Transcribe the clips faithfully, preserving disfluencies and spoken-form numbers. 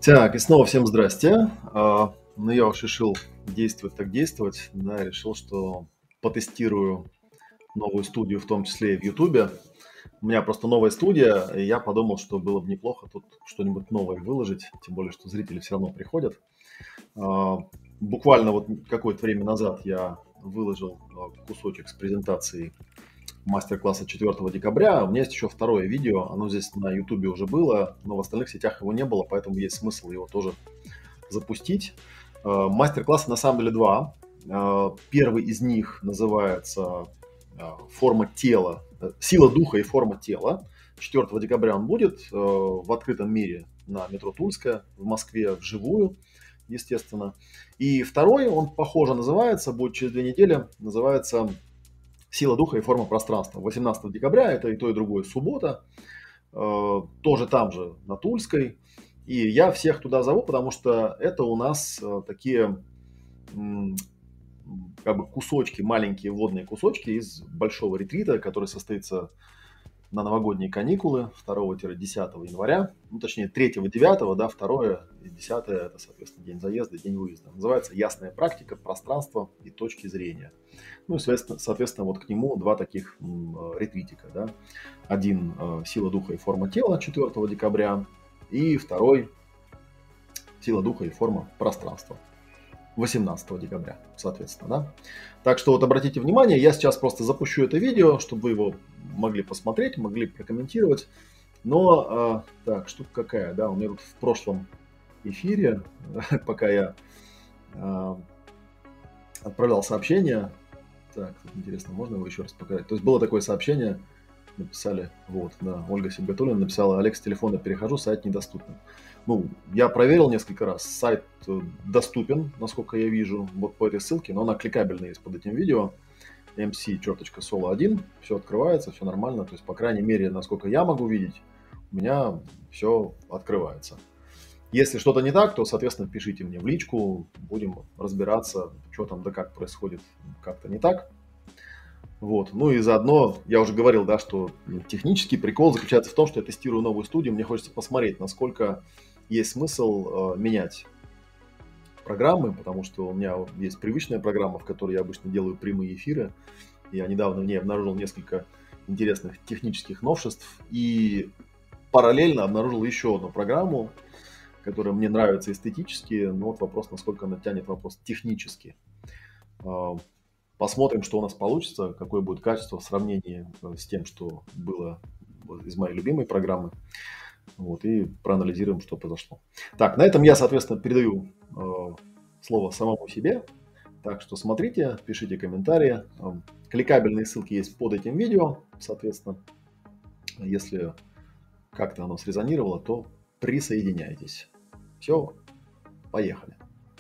Так, и снова всем здрасте. А, Ну, я уж решил действовать так действовать. Да, решил, что потестирую новую студию, в том числе и в Ютубе. У меня просто новая студия, и я подумал, что было бы неплохо тут что-нибудь новое выложить, тем более, что зрители все равно приходят. А, Буквально вот какое-то время назад я выложил а, кусочек с презентацией мастер-класса четвёртого декабря. У меня есть еще второе видео, оно здесь на Ютубе уже было, но в остальных сетях его не было, поэтому есть смысл его тоже запустить. Э, Мастер-класса на самом деле два. Э, Первый из них называется э, «Форма тела», э, «Сила духа и форма тела». четвёртого декабря он будет э, в открытом мире на метро Тульская в Москве вживую, естественно. И второй, он похоже называется, будет через две недели, называется «Сила духа и форма пространства». восемнадцатого декабря, это и то, и другое суббота, э, тоже там же, на Тульской. И я всех туда зову, потому что это у нас э, такие м, как бы кусочки, маленькие вводные кусочки из большого ретрита, который состоится на новогодние каникулы второго-десятого января, ну, точнее, третьего-девятого, да, второе и десятое, это, соответственно, день заезда, день выезда. Называется «Ясная практика, пространство и точки зрения». Ну и, соответственно, соответственно вот к нему два таких м, ретритика, да. Один э, «Сила духа и форма тела» четвёртого декабря, и второй «Сила духа и форма пространства» восемнадцатого декабря, соответственно, да. Так что вот обратите внимание, я сейчас просто запущу это видео, чтобы вы его могли посмотреть, могли прокомментировать. Но, э, так, штука какая, да, у меня тут в прошлом эфире, пока я э, отправлял сообщение, так, тут интересно, можно его еще раз показать? То есть было такое сообщение, написали, вот, да, Ольга Сибгатуллина написала: «Олег, с телефона перехожу, сайт недоступен». Ну, я проверил несколько раз, сайт доступен, насколько я вижу, вот по этой ссылке, но она кликабельная есть под этим видео, эм си solo один, все открывается, все нормально, то есть, по крайней мере, насколько я могу видеть, у меня все открывается. Если что-то не так, то, соответственно, пишите мне в личку, будем разбираться, что там да как происходит, как-то не так. Вот. Ну и заодно, я уже говорил, да, что технический прикол заключается в том, что я тестирую новую студию, мне хочется посмотреть, насколько есть смысл э, менять программы, потому что у меня есть привычная программа, в которой я обычно делаю прямые эфиры. Я недавно в ней обнаружил несколько интересных технических новшеств и параллельно обнаружил еще одну программу, которая мне нравится эстетически, но вот вопрос, насколько она тянет вопрос технически. Посмотрим, что у нас получится, какое будет качество в сравнении с тем, что было из моей любимой программы. Вот, и проанализируем, что произошло. Так, на этом я, соответственно, передаю э, слово самому себе. Так что смотрите, пишите комментарии. Э, кликабельные ссылки есть под этим видео, соответственно. Если как-то оно срезонировало, то присоединяйтесь. Все, поехали.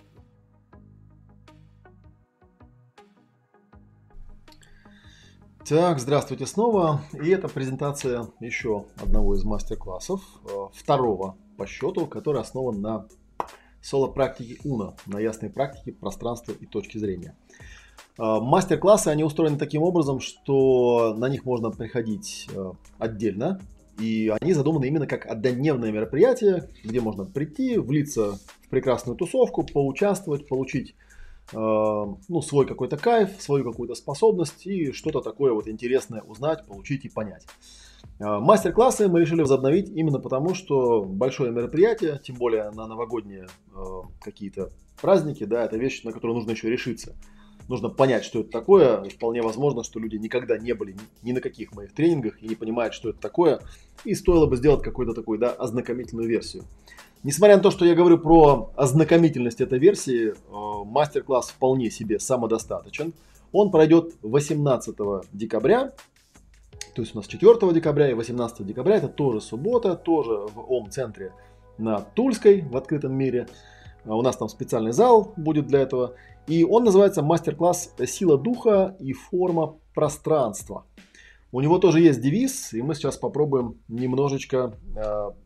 Так, здравствуйте снова. И это презентация еще одного из мастер-классов, второго по счету, который основан на соло-практике Уно, на ясной практике пространства и точки зрения. Мастер-классы, они устроены таким образом, что на них можно приходить отдельно, и они задуманы именно как однодневное мероприятие, где можно прийти, влиться в прекрасную тусовку, поучаствовать, получить ну, свой какой-то кайф, свою какую-то способность и что-то такое вот интересное узнать, получить и понять. Мастер-классы мы решили возобновить именно потому, что большое мероприятие, тем более на новогодние какие-то праздники, да, это вещь, на которую нужно еще решиться. Нужно понять, что это такое. Вполне возможно, что люди никогда не были ни на каких моих тренингах и не понимают, что это такое. И стоило бы сделать какую-то такую, да, ознакомительную версию. Несмотря на то, что я говорю про ознакомительность этой версии, мастер-класс вполне себе самодостаточен. Он пройдет восемнадцатого декабря, то есть у нас четвёртого декабря и восемнадцатого декабря, это тоже суббота, тоже в Ом-центре на Тульской, в открытом мире. У нас там специальный зал будет для этого. И он называется мастер-класс «Сила духа и форма пространства». У него тоже есть девиз, и мы сейчас попробуем немножечко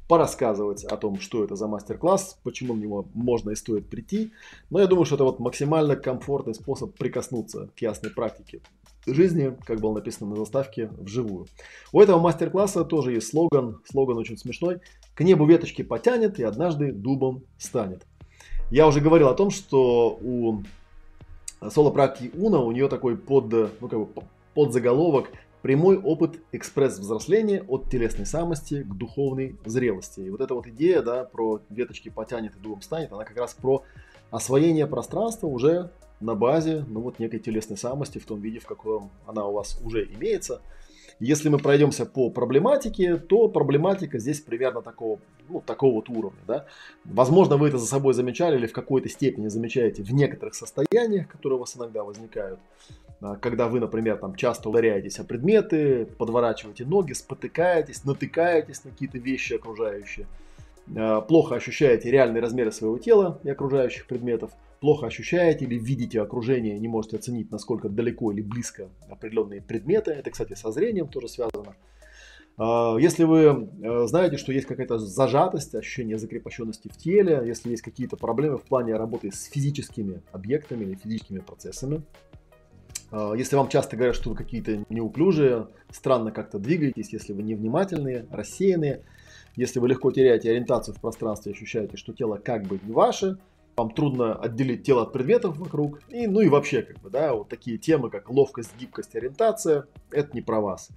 порассказывать о том, что это за мастер-класс, почему на него можно и стоит прийти. Но я думаю, что это вот максимально комфортный способ прикоснуться к ясной практике жизни, как было написано на заставке, вживую. У этого мастер-класса тоже есть слоган, слоган очень смешной: «К небу веточки потянет и однажды дубом станет». Я уже говорил о том, что у соло-практики Уна, у нее такой под, ну, как бы подзаголовок: «Прямой опыт экспресс-взросления от телесной самости к духовной зрелости». И вот эта вот идея, да, про веточки потянет и дубом станет, она как раз про освоение пространства уже на базе, ну, вот некой телесной самости в том виде, в каком она у вас уже имеется. Если мы пройдемся по проблематике, то проблематика здесь примерно такого, ну, такого вот уровня. Да? Возможно, вы это за собой замечали или в какой-то степени замечаете в некоторых состояниях, которые у вас иногда возникают. Когда вы, например, там, часто ударяетесь о предметы, подворачиваете ноги, спотыкаетесь, натыкаетесь на какие-то вещи окружающие, плохо ощущаете реальные размеры своего тела и окружающих предметов, плохо ощущаете или видите окружение, не можете оценить, насколько далеко или близко определенные предметы. Это, кстати, со зрением тоже связано. Если вы знаете, что есть какая-то зажатость, ощущение закрепощенности в теле, если есть какие-то проблемы в плане работы с физическими объектами или физическими процессами, если вам часто говорят, что вы какие-то неуклюжие, странно как-то двигаетесь, если вы невнимательные, рассеянные, если вы легко теряете ориентацию в пространстве, ощущаете, что тело как бы не ваше, вам трудно отделить тело от предметов вокруг, и, ну и вообще, как бы, да, вот такие темы, как ловкость, гибкость, ориентация, это не про вас.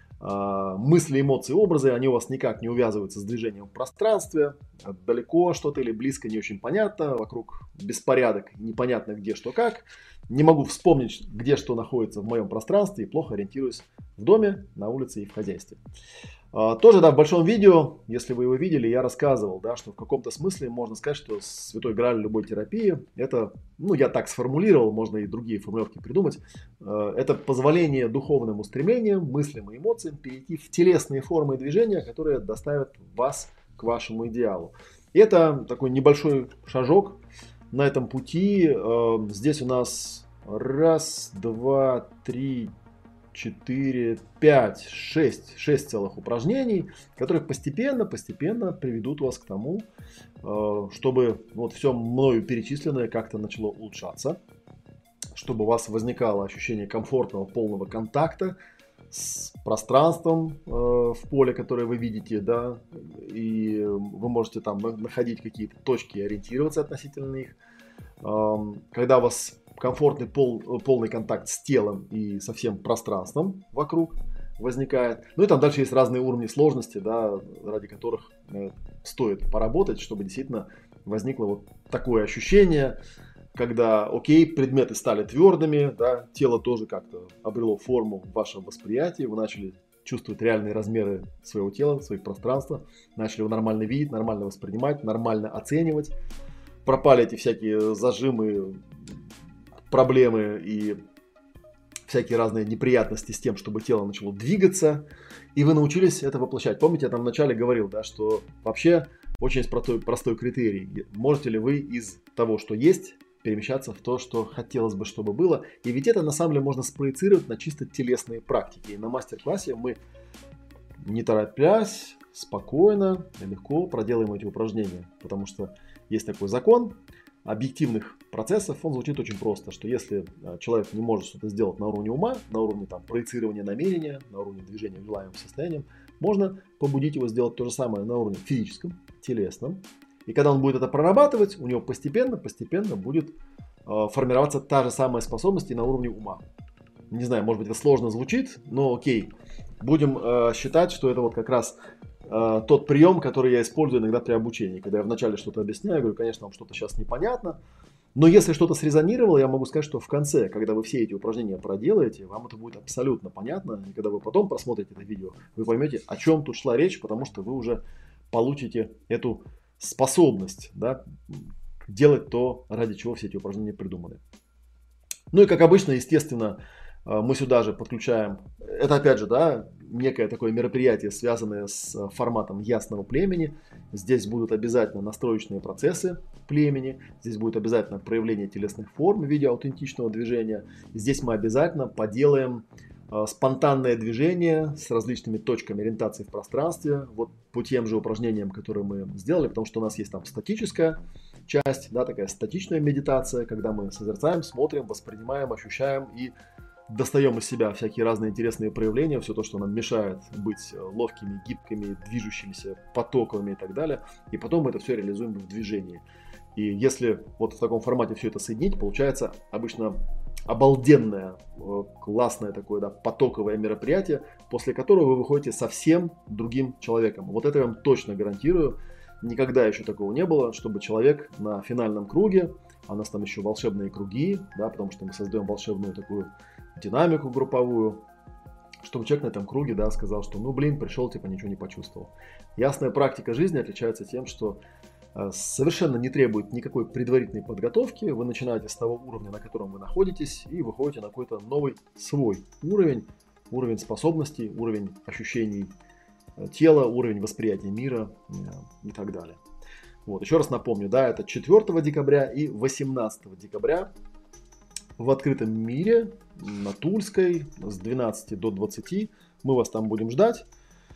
А, мысли, эмоции, образы, они у вас никак не увязываются с движением в пространстве, далеко что-то или близко не очень понятно, вокруг беспорядок, непонятно где, что, как. Не могу вспомнить, где что находится в моем пространстве, и плохо ориентируюсь в доме, на улице и в хозяйстве. Тоже, да, в большом видео, если вы его видели, я рассказывал, да, что в каком-то смысле можно сказать, что святой грааль любой терапии – это, ну, я так сформулировал, можно и другие формулировки придумать, это позволение духовным устремлениям, мыслям и эмоциям перейти в телесные формы и движения, которые доставят вас к вашему идеалу. И это такой небольшой шажок на этом пути. Здесь у нас раз, два, три, четыре, пять, шесть, шесть целых упражнений, которые постепенно, постепенно приведут вас к тому, чтобы вот все мною перечисленное как-то начало улучшаться, чтобы у вас возникало ощущение комфортного, полного контакта с пространством в поле, которое вы видите, да, и вы можете там находить какие-то точки и ориентироваться относительно них. Когда у вас комфортный пол, полный контакт с телом и со всем пространством вокруг возникает. Ну и там дальше есть разные уровни сложности, да, ради которых э, стоит поработать, чтобы действительно возникло вот такое ощущение, когда, окей, предметы стали твердыми, да, тело тоже как-то обрело форму в вашем восприятии, вы начали чувствовать реальные размеры своего тела, своих пространства, начали его нормально видеть, нормально воспринимать, нормально оценивать. Пропали эти всякие зажимы, проблемы и всякие разные неприятности с тем, чтобы тело начало двигаться, и вы научились это воплощать. Помните, я там вначале говорил, да, что вообще очень есть простой, простой критерий. Можете ли вы из того, что есть, перемещаться в то, что хотелось бы, чтобы было. И ведь это на самом деле можно спроецировать на чисто телесные практики. И на мастер-классе мы, не торопясь, спокойно и легко проделаем эти упражнения. Потому что есть такой закон объективных процессов, он звучит очень просто, что если человек не может что-то сделать на уровне ума, на уровне там, проецирования намерения, на уровне движения к желаемым состояниям, можно побудить его сделать то же самое на уровне физическом, телесном. И когда он будет это прорабатывать, у него постепенно, постепенно будет э, формироваться та же самая способность и на уровне ума. Не знаю, может быть, это сложно звучит, но окей. Будем э, считать, что это вот как раз э, тот прием, который я использую иногда при обучении. Когда я вначале что-то объясняю, я говорю, конечно, вам что-то сейчас непонятно. Но если что-то срезонировало, я могу сказать, что в конце, когда вы все эти упражнения проделаете, вам это будет абсолютно понятно. И когда вы потом просмотрите это видео, вы поймете, о чем тут шла речь, потому что вы уже получите эту способность, да, делать то, ради чего все эти упражнения придуманы. Ну и как обычно, естественно, мы сюда же подключаем, это опять же, да, некое такое мероприятие, связанное с форматом ясного племени. Здесь будут обязательно настроечные процессы племени, здесь будет обязательно проявление телесных форм в виде аутентичного движения. Здесь мы обязательно поделаем а, спонтанное движение с различными точками ориентации в пространстве, вот по тем же упражнениям, которые мы сделали, потому что у нас есть там статическая часть, да, такая статичная медитация, когда мы созерцаем, смотрим, воспринимаем, ощущаем и достаем из себя всякие разные интересные проявления, все то, что нам мешает быть ловкими, гибкими, движущимися, потоковыми и так далее. И потом мы это все реализуем в движении. И если вот в таком формате все это соединить, получается обычно обалденное, классное такое, да, потоковое мероприятие, после которого вы выходите совсем другим человеком. Вот это я вам точно гарантирую. Никогда еще такого не было, чтобы человек на финальном круге, а у нас там еще волшебные круги, да, потому что мы создаем волшебную такую динамику групповую, чтобы человек на этом круге, да, сказал, что ну блин, пришел, типа ничего не почувствовал. Ясная практика жизни отличается тем, что э, совершенно не требует никакой предварительной подготовки. Вы начинаете с того уровня, на котором вы находитесь, и выходите на какой-то новый свой уровень, уровень способностей, уровень ощущений тела, уровень восприятия мира э, и так далее. Вот, еще раз напомню, да, это четвёртого декабря и восемнадцатого декабря в открытом мире на Тульской с двенадцати до двадцати. Мы вас там будем ждать.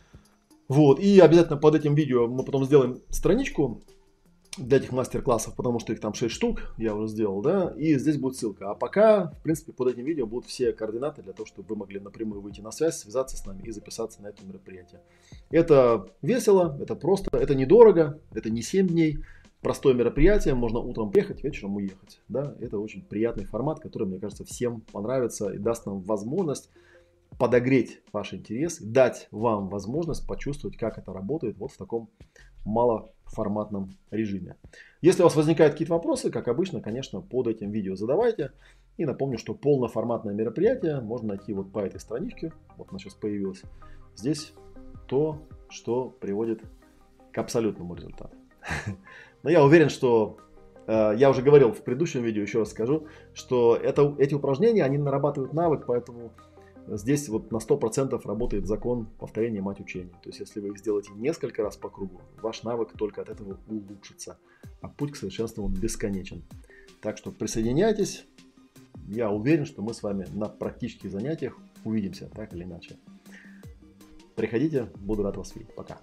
Вот, и обязательно под этим видео мы потом сделаем страничку для этих мастер-классов, потому что их там шесть штук, я уже сделал, да, и здесь будет ссылка. А пока, в принципе, под этим видео будут все координаты для того, чтобы вы могли напрямую выйти на связь, связаться с нами и записаться на это мероприятие. Это весело, это просто, это недорого, это не семь дней. Простое мероприятие, можно утром приехать, вечером уехать. Да? Это очень приятный формат, который, мне кажется, всем понравится и даст нам возможность подогреть ваш интерес, дать вам возможность почувствовать, как это работает вот в таком малоформатном режиме. Если у вас возникают какие-то вопросы, как обычно, конечно, под этим видео задавайте. И напомню, что полноформатное мероприятие можно найти вот по этой страничке. Вот она сейчас появилась. Здесь то, что приводит к абсолютному результату. Но я уверен, что, э, я уже говорил в предыдущем видео, еще раз скажу, что это, эти упражнения, они нарабатывают навык, поэтому здесь вот на сто процентов работает закон повторения мать учения. То есть, если вы их сделаете несколько раз по кругу, ваш навык только от этого улучшится, а путь к совершенству бесконечен. Так что присоединяйтесь, я уверен, что мы с вами на практических занятиях увидимся, так или иначе. Приходите, буду рад вас видеть. Пока.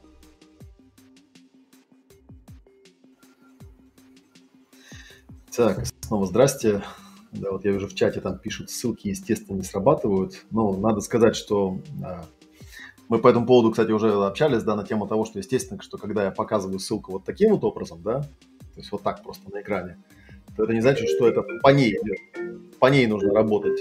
Так, снова здрасте. Да, вот я вижу в чате, там пишут, ссылки, естественно, не срабатывают. Но надо сказать, что а, мы по этому поводу, кстати, уже общались, да, на тему того, что, естественно, что когда я показываю ссылку вот таким вот образом, да, то есть вот так просто на экране, то это не значит, что это по ней идет. По ней нужно работать.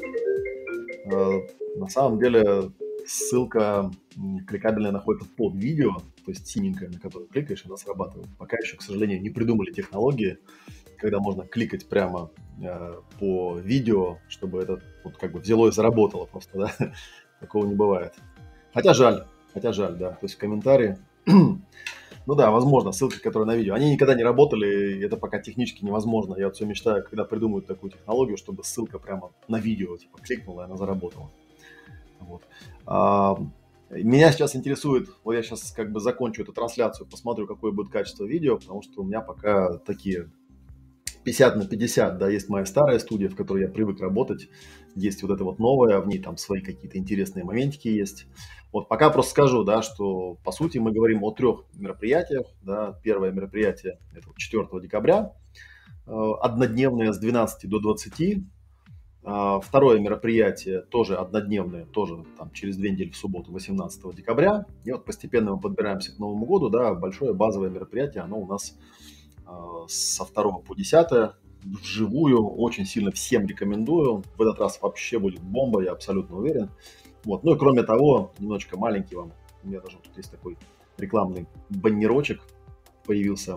А, на самом деле ссылка кликабельная находится под видео, то есть синенькая, на которую кликаешь, она срабатывает. Пока еще, к сожалению, не придумали технологии, когда можно кликать прямо э, по видео, чтобы это вот как бы взяло и заработало просто, да, такого не бывает. Хотя жаль, хотя жаль, да, то есть в комментарии, ну да, возможно, ссылки, которые на видео, они никогда не работали, и это пока технически невозможно. Я вот все мечтаю, когда придумают такую технологию, чтобы ссылка прямо на видео, типа, кликнула, и она заработала. Вот. А, меня сейчас интересует, вот я сейчас как бы закончу эту трансляцию, посмотрю, какое будет качество видео, потому что у меня пока такие пятьдесят на пятьдесят, да, есть моя старая студия, в которой я привык работать, есть вот это вот новое, в ней там свои какие-то интересные моментики есть. Вот пока просто скажу, да, что по сути мы говорим о трех мероприятиях, да, первое мероприятие это четвёртого декабря, однодневное с двенадцати до двадцати, второе мероприятие тоже однодневное, тоже там через две недели в субботу, восемнадцатого декабря, и вот постепенно мы подбираемся к Новому году, да, большое базовое мероприятие, оно у нас со второго по десятое вживую, очень сильно всем рекомендую. В этот раз вообще будет бомба, я абсолютно уверен. Вот. Ну и кроме того, немножечко маленький вам, у меня даже тут есть такой рекламный баннерочек, появился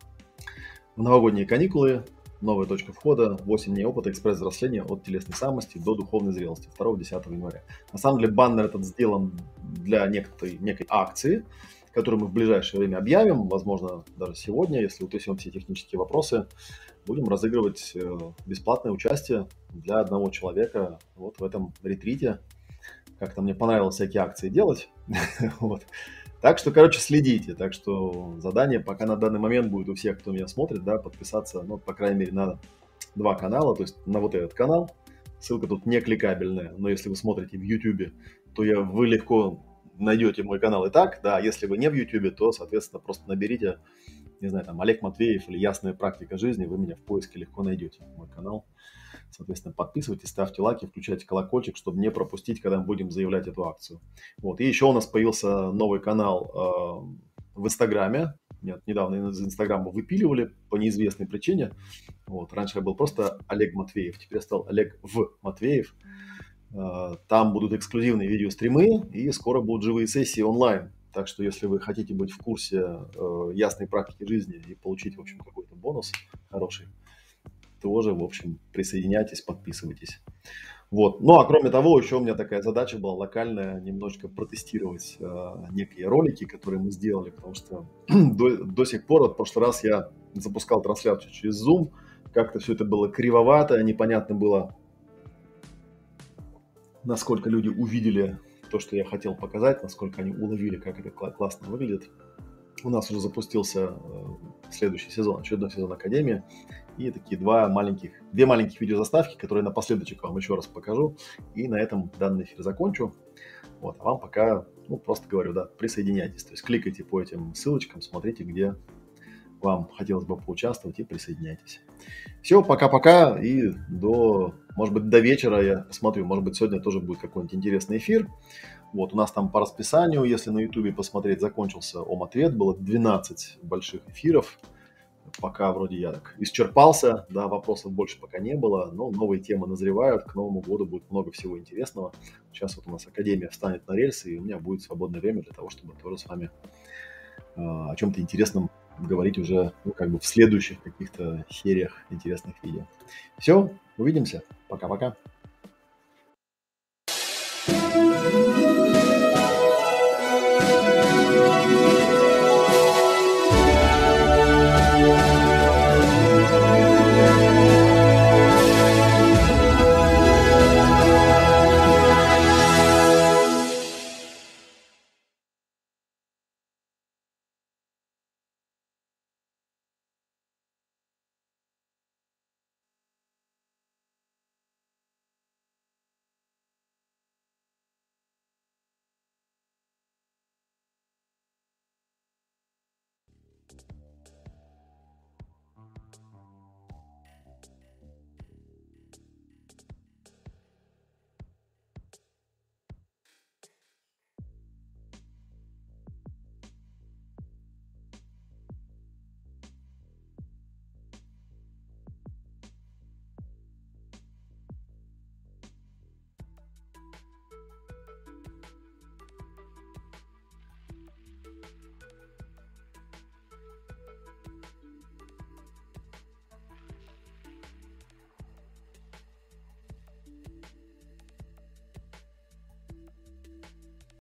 в новогодние каникулы, новая точка входа, восемь дней опыта, экспресс-взросления от телесной самости до духовной зрелости, второго-десятого января. На самом деле баннер этот сделан для некой, некой акции, которую мы в ближайшее время объявим, возможно, даже сегодня, если уточним все технические вопросы, будем разыгрывать бесплатное участие для одного человека вот в этом ретрите. Как-то мне понравилось всякие акции делать. Вот. Так что, короче, следите. Так что задание пока на данный момент будет у всех, кто меня смотрит, да, подписаться, ну, по крайней мере, на два канала, то есть на вот этот канал, ссылка тут не кликабельная, но если вы смотрите в YouTube, то я, вы легко найдете мой канал и так, да, если вы не в YouTube, то, соответственно, просто наберите, не знаю, там, Олег Матвеев или «Ясная практика жизни», вы меня в поиске легко найдете, мой канал. Соответственно, подписывайтесь, ставьте лайки, включайте колокольчик, чтобы не пропустить, когда мы будем заявлять эту акцию. Вот. И еще у нас появился новый канал э, в Инстаграме. Нет, недавно из Инстаграма выпиливали по неизвестной причине. Вот. Раньше я был просто Олег Матвеев, теперь я стал Олег В. Матвеев. Э, там будут эксклюзивные видеостримы и скоро будут живые сессии онлайн. Так что, если вы хотите быть в курсе э, ясной практики жизни и получить, в общем, какой-то бонус хороший, тоже, в общем, присоединяйтесь, подписывайтесь. Вот. Ну, а кроме того, еще у меня такая задача была локальная, немножечко протестировать э, некие ролики, которые мы сделали, потому что до, до сих пор, вот в прошлый раз я запускал трансляцию через Zoom, как-то все это было кривовато, непонятно было, насколько люди увидели то, что я хотел показать, насколько они уловили, как это классно выглядит. У нас уже запустился следующий сезон, очередной сезон Академии. И такие два маленьких, две маленьких видеозаставки, которые напоследочек вам еще раз покажу. И на этом данный эфир закончу. Вот, а вам пока, ну, просто говорю, да, присоединяйтесь. То есть кликайте по этим ссылочкам, смотрите, где вам хотелось бы поучаствовать, и присоединяйтесь. Все, пока-пока, и до, может быть, до вечера я посмотрю. Может быть, сегодня тоже будет какой-нибудь интересный эфир. Вот, у нас там по расписанию, если на Ютубе посмотреть, закончился Ом-ответ, было двенадцать больших эфиров. Пока вроде я так исчерпался, да, вопросов больше пока не было, но новые темы назревают, к Новому году будет много всего интересного. Сейчас вот у нас Академия встанет на рельсы, и у меня будет свободное время для того, чтобы тоже с вами э, о чем-то интересном говорить уже, ну, как бы в следующих каких-то сериях интересных видео. Все, увидимся. Пока-пока.